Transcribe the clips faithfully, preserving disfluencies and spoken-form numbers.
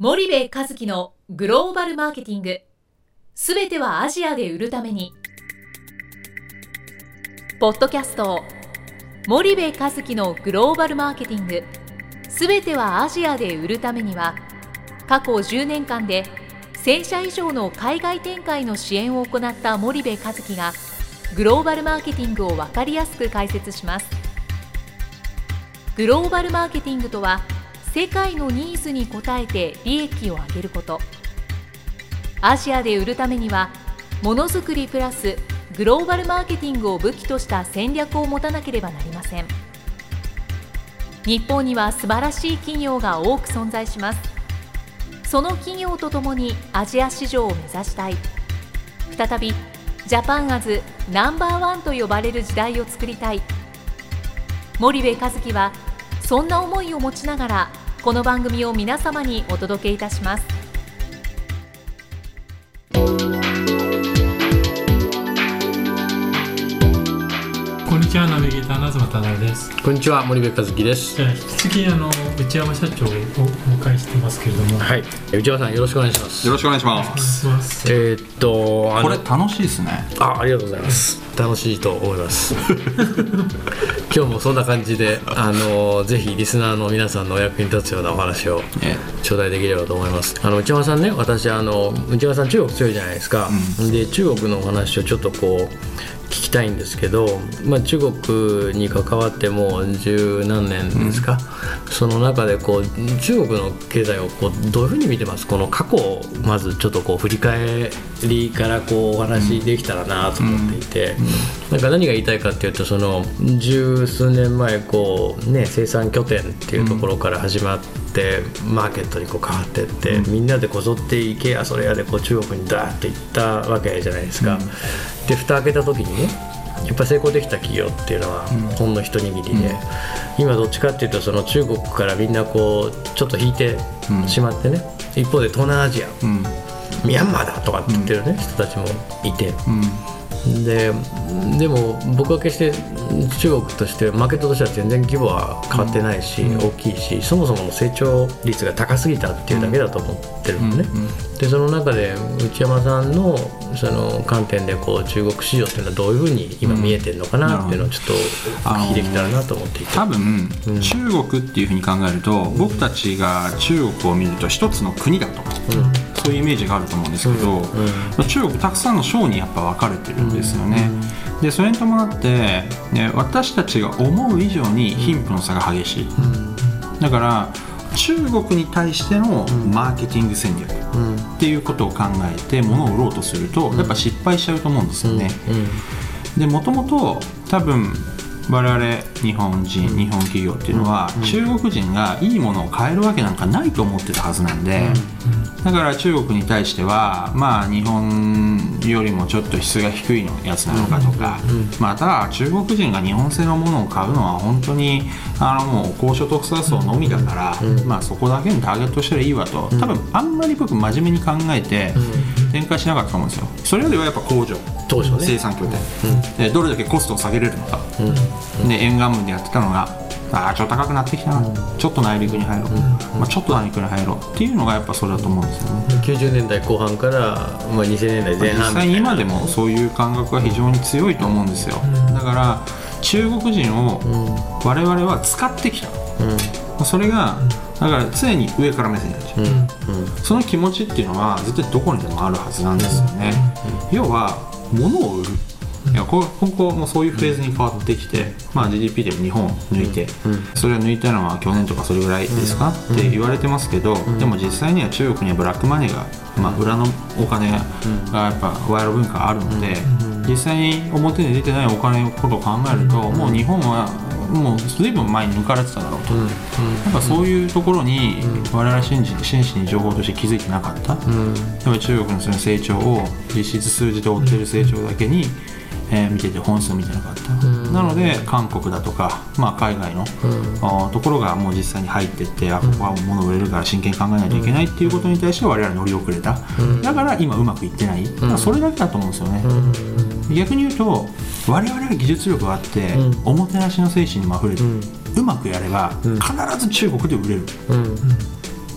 森部一樹のグローバルマーケティング、すべてはアジアで売るために。ポッドキャスト森部一樹のグローバルマーケティング、すべてはアジアで売るためには、過去じゅうねんかんでせんしゃ以上の海外展開の支援を行った森部一樹がグローバルマーケティングを分かりやすく解説します。グローバルマーケティングとは、世界のニーズに応えて利益を上げること。アジアで売るためには、ものづくりプラスグローバルマーケティングを武器とした戦略を持たなければなりません。日本には素晴らしい企業が多く存在します。その企業とともにアジア市場を目指したい。再びジャパンアズナンバーワンと呼ばれる時代を作りたい。森部一樹はそんな思いを持ちながら、この番組を皆様にお届けいたします。 こんにちは、ナビゲーターの東忠です。 こんにちは、森部一樹です。 じゃあ引き続きあの内山社長をお迎えしてますけれども、 はい、内山さんよろしくお願いします。 よろしくお願いします。 えー、っとこれ楽しいですね。 あ、ありがとうございます。楽しいと思います今日もそんな感じで、あのぜひリスナーの皆さんのお役に立つようなお話を頂戴できればと思います。あの内山さんね、私あの内山さん中国強いじゃないですか、うん、で中国のお話をちょっとこう聞きたいんですけど、まあ、中国に関わってもう十何年ですか、うん、その中でこう中国の経済をこうどういうふうに見てます？この過去をまずちょっとこう振り返りからこうお話できたらなと思っていて、うんうん、なんか何が言いたいかっていうと、その十数年前こう、ね、生産拠点っていうところから始まって、うん、マーケットにこう変わっていって、うん、みんなでこぞっていけやそれやでこう中国にダーッと行ったわけじゃないですか、うん、で蓋開けた時にね、やっぱ成功できた企業っていうのはほんの一握りで、うん、今どっちかっていうとその中国からみんなこうちょっと引いてしまってね、うん、一方で東南アジア、うん、ミャンマーだとかって言ってる、ね、うん、人たちもいて、うん、で, でも僕は決して中国としてマーケットとしては全然規模は変わってないし、うん、大きいし、そもそもの成長率が高すぎたっていうだけだと思ってるのね、うんうん、でその中で内山さんのその観点でこう中国市場っていうのはどういうふうに今見えてるのかなっていうのをちょっとお聞きできたらなと思っていて、 多分、うん、中国っていうふうに考えると、僕たちが中国を見ると一つの国だと、うん、そういうイメージがあると思うんですけど、うんうん、中国たくさんの省にやっぱ分かれてるんですよね、うん、でそれに伴って、ね、私たちが思う以上に貧富の差が激しい、うん、だから中国に対してのマーケティング戦略っていうことを考えて物を売ろうとするとやっぱ失敗しちゃうと思うんですよね。でもともと多分我々日本人、日本企業っていうのは中国人がいいものを買えるわけなんかないと思ってたはずなんで、だから中国に対してはまあ日本よりもちょっと質が低いのやつなのかとか、また中国人が日本製のものを買うのは本当にあのもう高所得者層のみだから、まあそこだけにターゲットしたらいいわと、多分あんまり僕真面目に考えて展開しなかったと思うんですよ。それよりはやっぱ工場、生産拠点、でどれだけコストを下げれるのか、で沿岸部でやってたのがあーちょっと高くなってきたな、うん、ちょっと内陸に入ろう、うんまあ、ちょっと内陸に入ろうっていうのがやっぱそれだと思うんですよね。 きゅうじゅうねんだいこう半から、まあ、にせんねんだいぜん半みたいな、 実際今でもそういう感覚が非常に強いと思うんですよ、うん、だから中国人を我々は使ってきた、うん、それがだから常に上から目線になっちゃう、うんうん、その気持ちっていうのは絶対どこにでもあるはずなんですよね、うん、要は物を売る、いや今後もそういうフェーズに変わってきて、まあ、ジーディーピー でも日本抜いて、それを抜いたのは去年とかそれぐらいですかって言われてますけど、でも実際には中国にはブラックマネーが、まあ、裏のお金がやっぱ賄賂文化があるので、実際に表に出てないお金のことを考えると、もう日本はもう随分前に抜かれてただろうと、やっぱそういうところに我々信じて真摯に情報として気づいてなかった、やっぱり中国のその成長を実質数字で追ってる成長だけにえー、見てて本数を見てなかった、うん、なので韓国だとか、まあ、海外の、うん、ところがもう実際に入ってって、うん、あここは物売れるから真剣に考えないといけないっていうことに対して我々乗り遅れた、うん、だから今うまくいってない、うん、それだけだと思うんですよね、うん、逆に言うと我々は技術力があって、うん、おもてなしの精神にもあふれて、うん、うまくやれば必ず中国で売れる、うん、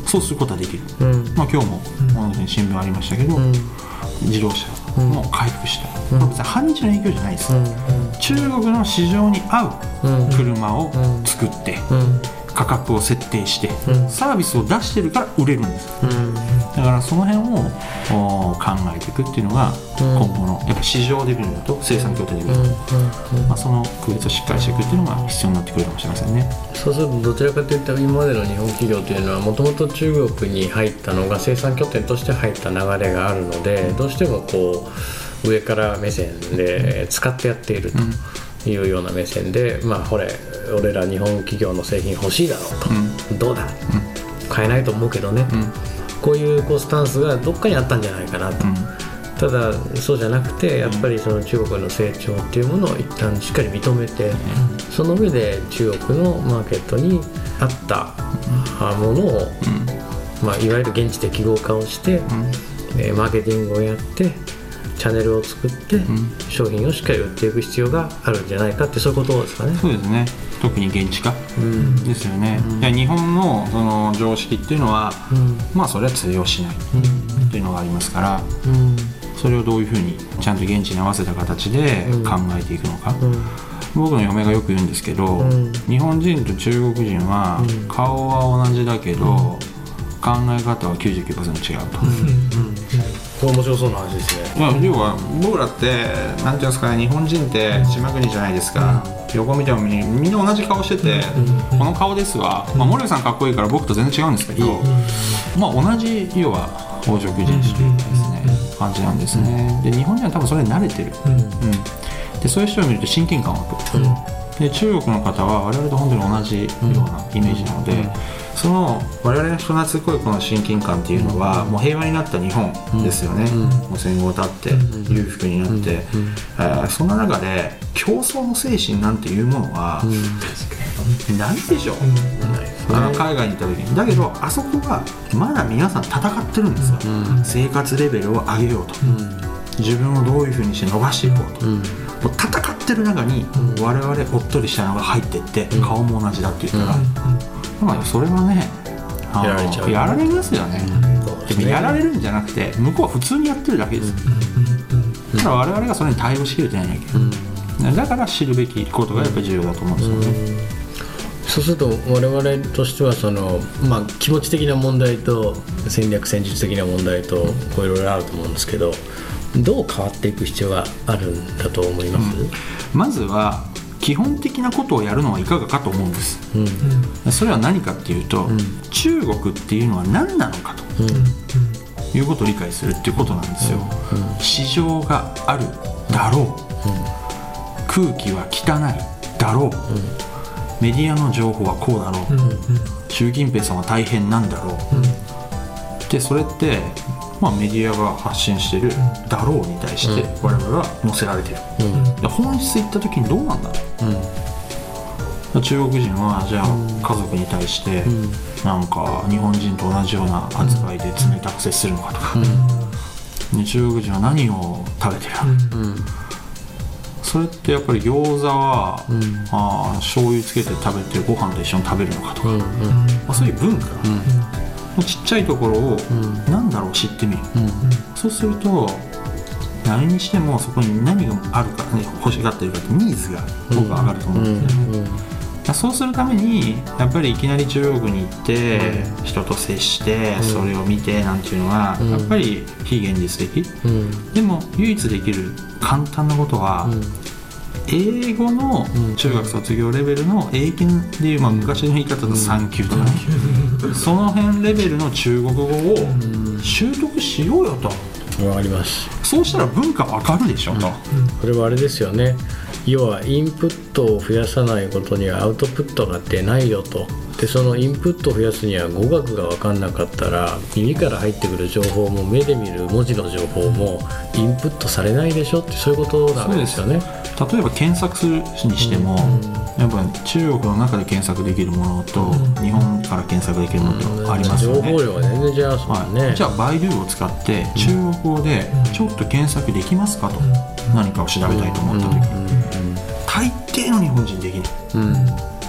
そうすることはできる、 うんまあ、今日も同じ新聞ありましたけど、 うん自動車もう回復した、 うんまあ、別に反日の影響じゃないです、 うん中国の市場に合うんう車を作ってうん価格を設定してうんサービスを出してるから売れるんです。 うんだからその辺をお考えていくっていうのがうん今後のやっぱ市場で見るのと生産拠点で見るのと、まあ、その区別をしっかりしていくっていうのが必要になってくるかもしれませんね。 そうするとどちらかといったら今までの日本企業というのはもともと中国に入ったのが生産拠点として入った流れがあるので、どうしてもこう上から目線で使ってやっているというような目線で、まあほれ俺ら日本企業の製品欲しいだろうと、 うん、 どうだ、買えないと思うけどね、 うんこういう、こうスタンスがどっかにあったんじゃないかなと、 うんただそうじゃなくてやっぱりその中国の成長っていうものを一旦しっかり認めて、その上で中国のマーケットに合ったものを、まあ、いわゆる現地適合化をして、えーマーケティングをやってチャンネルを作って商品をしっかり売っていく必要があるんじゃないかって、そういうことですかね。 そうですね、特に現地化うんですよね、いや日本のその常識っていうのは、 うんまあそれは通用しないっていうのがありますから、 うんそれをどういうふうにちゃんと現地に合わせた形で考えていくのか、 うん僕の嫁がよく言うんですけど、 うん日本人と中国人はうん顔は同じだけど、考え方は きゅうじゅうきゅうパーセント 違うと、 これ面白そうな話ですね。 いや要は僕らってなんていうんですかね、日本人って島国じゃないですか、横見てもみみんな同じ顔してて、この顔ですわ、まあ、森部さんかっこいいから僕と全然違うんですけど、まあ、同じ要は黄色人種というかですね、感じなんですね。で日本人は多分それに慣れてる、うんでそういう人を見ると親近感湧く、で中国の方は我々と本当に同じようなイメージなので、その我々の人懐っこいこの親近感っていうのは、もう平和になった日本ですよね、もう戦後経って裕福になって、えーそんな中で競争の精神なんていうものはないでしょ、あの海外に行った時に。だけどあそこはまだ皆さん戦ってるんですよ、生活レベルを上げようと、自分をどういうふうにして伸ばしていこうと、もう戦ってる中に我々おっとりしたのが入っていって、顔も同じだって言ったら、まあそれはね、あのやられちゃうやられますよね、 うんでもやられるんじゃなくて向こうは普通にやってるだけです、ただ我々がそれに対応しきれてないだけ、だから知るべきことがやっぱり重要だと思うんですよね、 そうすると我々としてはその、まあ、気持ち的な問題と戦略戦術的な問題とこういろいろあると思うんですけど、どう変わっていく必要があるんだと思います？ まずは基本的なことをやるのはいかがかと思うんです、 うんそれは何かっていうと、 ん中国っていうのは何なのかとうんいうことを理解するっていうことなんですよ、市場があるだろう、空気は汚いだろう、メディアの情報はこうだろう、習近平さんは大変なんだろう、でそれってまあ、メディアが発信してるだろうに対して我々は載せられてる、 うんで本質行った時にどうなんだろう、中国人はじゃあ家族に対してなんか日本人と同じような扱いで冷たく接するのかとか、で中国人は何を食べてる、 うんそれってやっぱり餃子は、 うんあ醤油つけて食べてご飯と一緒に食べるのかとか、 うんまあ、そういう文化、ちっちゃいところを何だろう知ってみる、 うんそうすると何にしてもそこに何があるか、ね、欲しがっているかってニーズが僕は上がると思うんですね、そうするためにやっぱりいきなり中国に行って人と接してそれを見てなんていうのはやっぱり非現実的、 うんでも唯一できる簡単なことは、英語の中学卒業レベルの英検でいう、まあ、昔の言い方だとさん級とかね、その辺レベルの中国語を習得しようよと。 わかります。 そうしたら文化わかるでしょと、 これはあれですよね、要はインプットを増やさないことにはアウトプットが出ないよと。でそのインプットを増やすには語学が分かんなかったら耳から入ってくる情報も目で見る文字の情報もインプットされないでしょって、そういうことなんですよね。 例えば検索するにしても、うん、やっぱり中国の中で検索できるものと、うん、日本から検索できるものとありますよね、 情報量が全然違いますもんね、 はい、じゃあバイドゥを使って中国語でちょっと検索できますかと、うん、何かを調べたいと思った時に、うん、大抵の日本人できない、うん、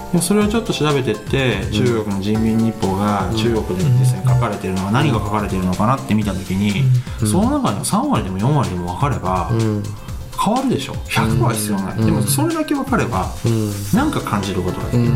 でそれをちょっと調べてって、うん、中国の人民日報が中国で実際に書かれているのは何が書かれているのかなって見たときに、うん、その中にはさんわりでもよんわりでも分かれば、うん、変わるでしょ。 ひゃくパーセント 必要ない、うん、でもそれだけ分かれば、うん、なんか感じることができる、うん、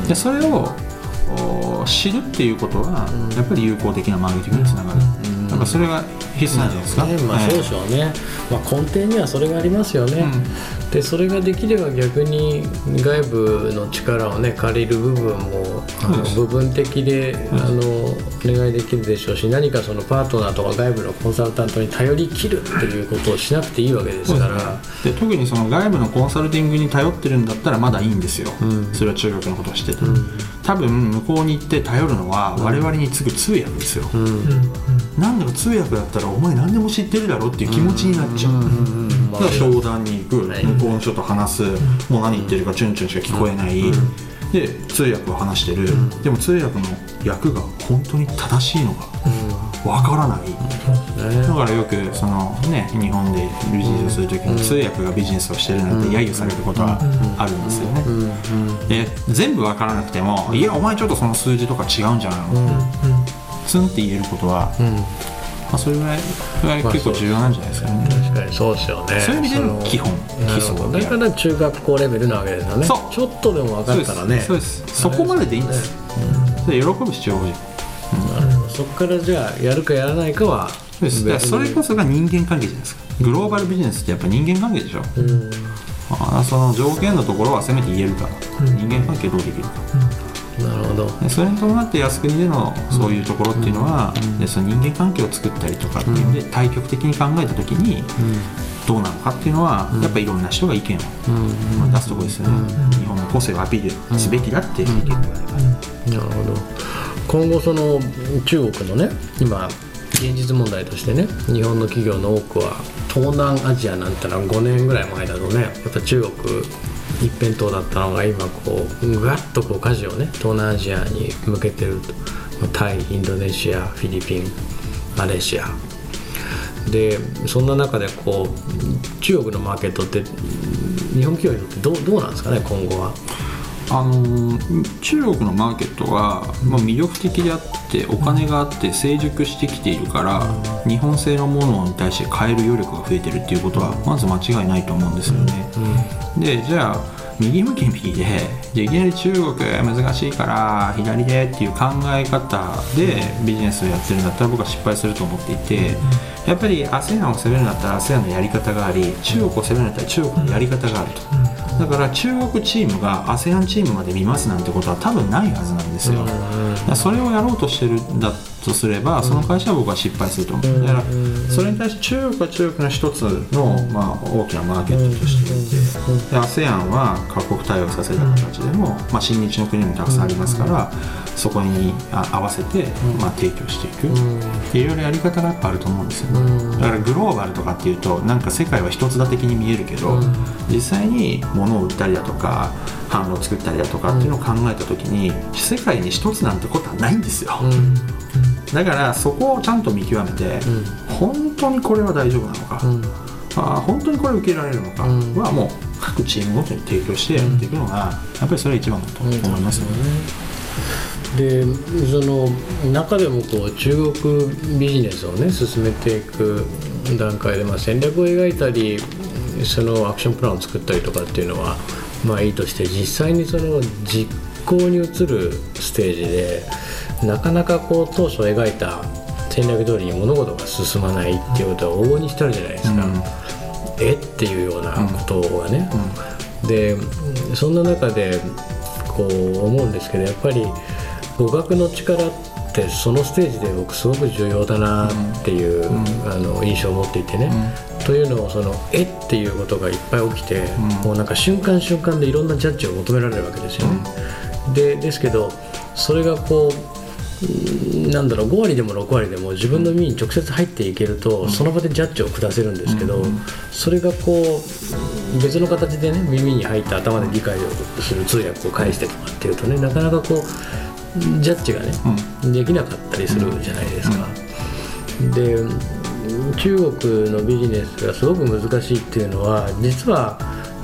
でそれを知るっていうことは、うん、やっぱり有効的なマーケティングにつながる、うん、やっぱそれが必須なんじゃないですか、 ね、まあ、そうでしょうね、まあ、根底にはそれがありますよね、うん、でそれができれば逆に外部の力を、ね、借りる部分もあの部分的で、うん、あのお願いできるでしょうし、何かそのパートナーとか外部のコンサルタントに頼り切るっていうことをしなくていいわけですから、 で特にその外部のコンサルティングに頼ってるんだったらまだいいんですよ、うん、それは中国のことを知ってて、うん、多分向こうに行って頼るのは我々に次ぐ通訳ですよ、うんうん、なんだか通訳だったらお前何でも知ってるだろっていう気持ちになっちゃう、うんうん、だから商談に行く、向こうの人と話す、もう何言ってるかチュンチュンしか聞こえない、うん、で通訳を話してる、うん、でも通訳の訳が本当に正しいのかわからない、うん、だからよくその、ね、日本でビジネスをするときに通訳がビジネスをしてるなんて揶揄されることはあるんですよね、うんうん、で全部わからなくても、いやお前ちょっとその数字とか違うんじゃないの、うん、ツンって言えることは、うん、まあ、それぐらい、それぐらい結構重要なんじゃないですかね、 まあ、確かにそうですよね。 そういう意味での基本、基礎だから中学校レベルなわけですよね。そう、ちょっとでも分かったらね、 そうです、そうです、そこまででいいんです、うん、それ喜ぶ必要がある、 うん、そこからじゃあやるかやらないかはそうです。だからそれこそが人間関係じゃないですか。グローバルビジネスってやっぱ人間関係でしょ、うん、あ、その条件のところはせめて言えるから、うん、人間関係どうできるか、 うん、なるほど。 でそれに伴って靖国でのそういうところっていうのは、うん、でその人間関係を作ったりとかっていう意味で対極的に考えた時に、うん、どうなのかっていうのは、うん、やっぱりいろんな人が意見を、うん、出すところですよね、うん、日本の個性をアピールすべきだっていう意見があれば、 うん、なるほど。今後その中国のね、今現実問題としてね、日本の企業の多くは東南アジアなんてのはごねんぐらい前だとね、やっぱ中国一辺倒だったのが今こうぐわっとこう舵をね東南アジアに向けてると。タイ、インドネシア、フィリピン、マレーシアで、そんな中でこう中国のマーケットって日本企業にとってどう、どうなんですかね、今後は。 あの中国のマーケットは、まあ、魅力的であってお金があって成熟してきているから、うん、日本製のものに対して買える余力が増えてるっていうことはまず間違いないと思うんですよね、うん、でじゃあ右向き右でじゃあいきなり中国難しいから左でっていう考え方でビジネスをやってるんだったら僕は失敗すると思っていて、やっぱり アセアン を攻めるんだったら アセアン のやり方があり、中国を攻めるんだったら中国のやり方があると。だから中国チームが アセアン チームまで見ますなんてことは多分ないはずなんですよ。だからそれをやろうとしてるんだとすれば、その会社は僕は失敗すると思う。だからそれに対して中国は中国の一つの、まあ、大きなマーケットとしていて、で アセアン は各国対応させた形でも、まあ、親日の国もたくさんありますから、そこに合わせて、まあ、提供していく、いろいろやり方がやっぱあると思うんですよね。だからグローバルとかっていうとなんか世界は一つだ的に見えるけど、実際に物を売ったりだとか販路を作ったりだとかっていうのを考えた時に、世界に一つなんてことはないんですよ。だからそこをちゃんと見極めて、本当にこれは大丈夫なのか、あ本当にこれ受けられるのかはもう各チームごとに提供してやっていくのがやっぱりそれが一番だと思いますよね。 でその中でもこう中国ビジネスをね進めていく段階で、まあ、戦略を描いたりそのアクションプランを作ったりとかっていうのはまあいいとして、実際にその実行に移るステージでなかなかこう当初描いた戦略通りに物事が進まないっていうことは往々にしてあるじゃないですか、うん、えっていうようなことがね、うんうん、でそんな中でこう思うんですけど、やっぱり語学の力ってそのステージで僕すごく重要だなっていう、うん、あの印象を持っていてね、うん、というのをそのえっていうことがいっぱい起きて、うん、もうなんか瞬間瞬間でいろんなジャッジを求められるわけですよね、うん、でですけどそれがこうなんだろうご割でもろく割でも自分の耳に直接入っていけると、うん、その場でジャッジを下せるんですけど、うん、それがこう別の形でね耳に入った頭で理解をする通訳を介してとかっていうとね、なかなかこうジャッジがね、うん、できなかったりするじゃないですか、うん、で中国のビジネスがすごく難しいっていうのは実は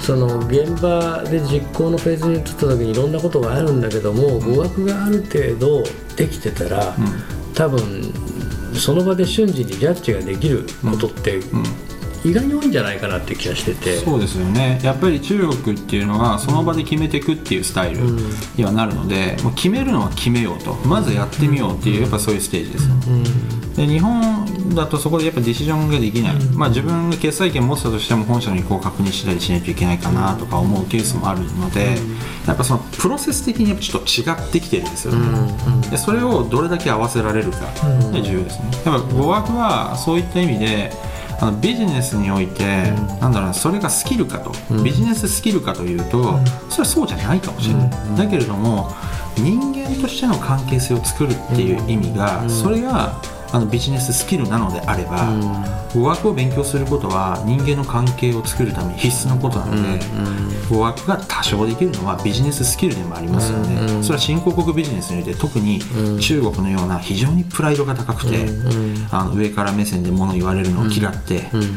その現場で実行のフェーズに移った時にいろんなことがあるんだけども、語学がある程度できてたら、うん、多分その場で瞬時にジャッジができることって、うんうん意外に多いんじゃないかなって気がしてて。 そうですよね。やっぱり中国っていうのはその場で決めていくっていうスタイルにはなるので、もう決めるのは決めようと、まずやってみようっていうやっぱそういうステージですよね、うん、で日本だとそこでやっぱディシジョンができない、まあ、自分が決裁権持ってたとしても本社の意向を確認したりしないといけないかなとか思うケースもあるので、やっぱそのプロセス的にやっぱちょっと違ってきてるんですよね、うん、でそれをどれだけ合わせられるかが重要ですね。やっぱ語学はそういった意味であのビジネスにおいて、うん、なんだろうな、それがスキルかと、うん、ビジネススキルかというと、うん、それはそうじゃないかもしれない、うん、だけれども人間としての関係性を作るっていう意味が、うん、それがあのビジネススキルなのであれば、うん、語学を勉強することは人間の関係を作るために必須なことなので、うん、語学が多少できるのはビジネススキルでもありますよね、うん、それは新興国ビジネスにおいて特に中国のような非常にプライドが高くて、うん、あの上から目線で物言われるのを嫌って、うん、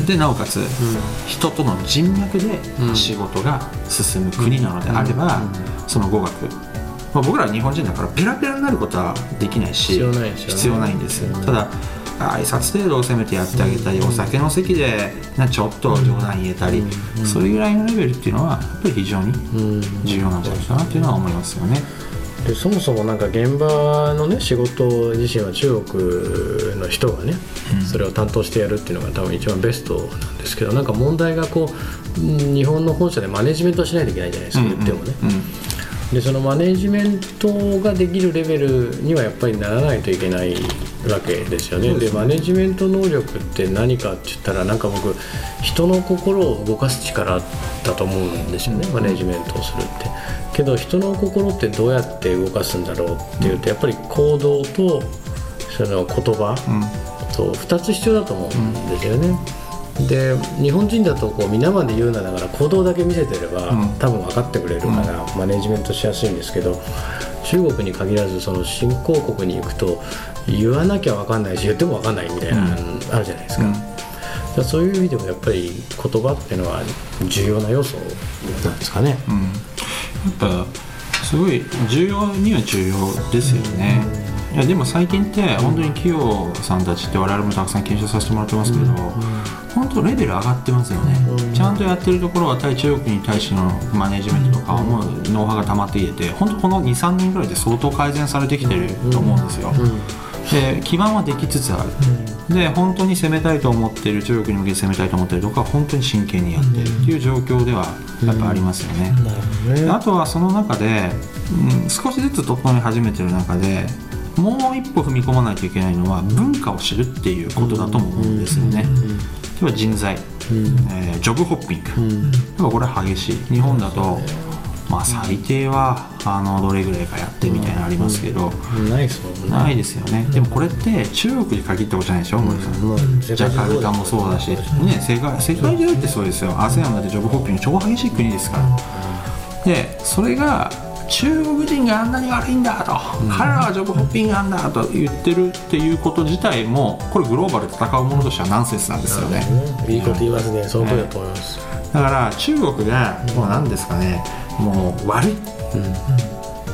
でなおかつ、うん、人との人脈で仕事が進む国なのであれば、うん、その語学まあ、僕らは日本人だからペラペラになることはできないし必要ないですよね。 必要ないんですよ、うん、ただ挨拶程度をせめてやってあげたり、うん、お酒の席でちょっと冗談言えたり、うん、それぐらいのレベルっていうのはやっぱり非常に重要なんじゃないかなっていうのは思いますよね。 でそもそもなんか現場のね仕事自身は中国の人がね、うん、それを担当してやるっていうのが多分一番ベストなんですけど、なんか問題がこう日本の本社でマネジメントしないといけないじゃないですか、言ってもね、うんうんでそのマネジメントができるレベルにはやっぱりならないといけないわけですよね。で、マネジメント能力って何かって言ったらなんか僕人の心を動かす力だと思うんですよね、マネジメントをするって。けど人の心ってどうやって動かすんだろうっていうと、やっぱり行動とその言葉とふたつ必要だと思うんですよね。で日本人だとこう皆まで言うなだから行動だけ見せてれば、うん、多分分かってくれるから、うん、マネジメントしやすいんですけど、中国に限らずその新興国に行くと言わなきゃ分かんないし言っても分かんないみたいなのあるじゃないですか、うん、だからそういう意味でもやっぱり言葉っていうのは重要な要素なんですかね、 うん、やっぱすごい重要には重要ですよね、うん、いやでも最近って本当に企業さんたちって我々もたくさん研修させてもらってますけど、うんうん本当レベル上がってますよね、うん、ちゃんとやってるところは対中国に対してのマネジメントとかもノウハウが溜まってきてて、本当この にさんねんぐらいで相当改善されてきてると思うんですよ、うんうん、で基盤はできつつある、うん、で本当に攻めたいと思っている中国に向けて攻めたいと思っているところは本当に真剣にやっているっていう状況ではやっぱありますよね、うんうん、あとはその中で、うん、少しずつ整い始めてる中でもう一歩踏み込まないといけないのは文化を知るっていうことだと思うんですよね、うんうん例えば人材、うんえー、ジョブホッピング、うん、例えばこれは激しい。日本だと、まあ、最低はあのどれぐらいかやってみたいなのありますけど、 うん、ないですもんね。 ないですよね。でもこれって中国に限ったことじゃないでしょ、森さん、うん、ジャカルタもそうだし、ね、世界世界中ってそうですよ。アセアン だってジョブホッピング超激しい国ですから。でそれが中国人があんなに悪いんだと、うん、彼らはジョブホッピングなんだと言ってるっていうこと自体もこれグローバルで戦うものとしてはナンセンスなんですよね。 いいこと言いますね。その通りだと思います、 ね、だから中国がもう何ですかね、もう悪い、うん、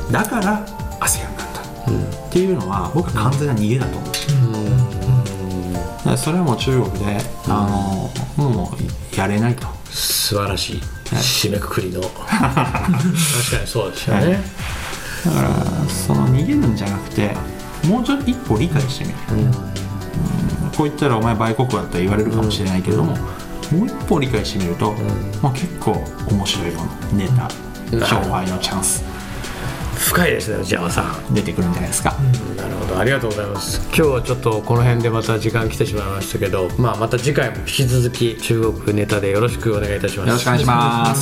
だから アセアン なんだ、うん、っていうのは僕は完全な逃げだと思う、うん、だからそれはもう中国で、うん、あのもうやれないと。 素晴らしい締めくくりの確かにそうですよね、はい、 だからその逃げるんじゃなくてもうちょっと一歩理解してみる、うんうん、こう言ったらお前売国だと言われるかもしれないけれども、うん、もう一歩理解してみると、うんまあ、結構面白いものネタ商売のチャンス深いですね。内山さん出てくるんじゃないですか、 うん、なるほどありがとうございます。今日はちょっとこの辺でまた時間来てしまいましたけど、まあ、また次回も引き続き中国ネタでよろしくお願いいたします。 よろしくお願いします。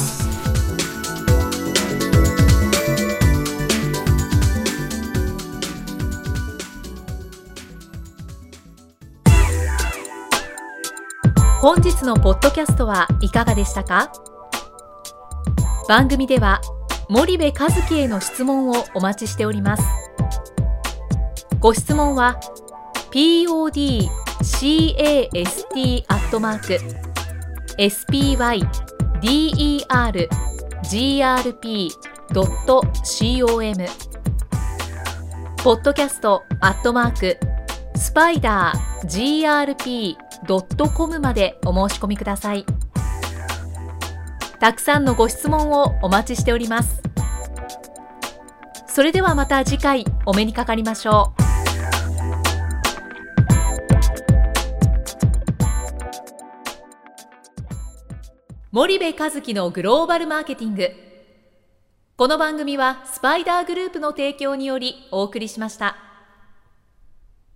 本日のポッドキャストはいかがでしたか？番組では森部一樹への質問をお待ちしております。ご質問は ピーオーディーキャスト アットマーク エスピーワイディーイーアールジーアールピードットコム ポッドキャストアットマークスパイダー ジーアールピードットコム までお申し込みください。たくさんのご質問をお待ちしております。それではまた次回お目にかかりましょう。森部一樹のグローバルマーケティング。この番組はスパイダーグループの提供によりお送りしました。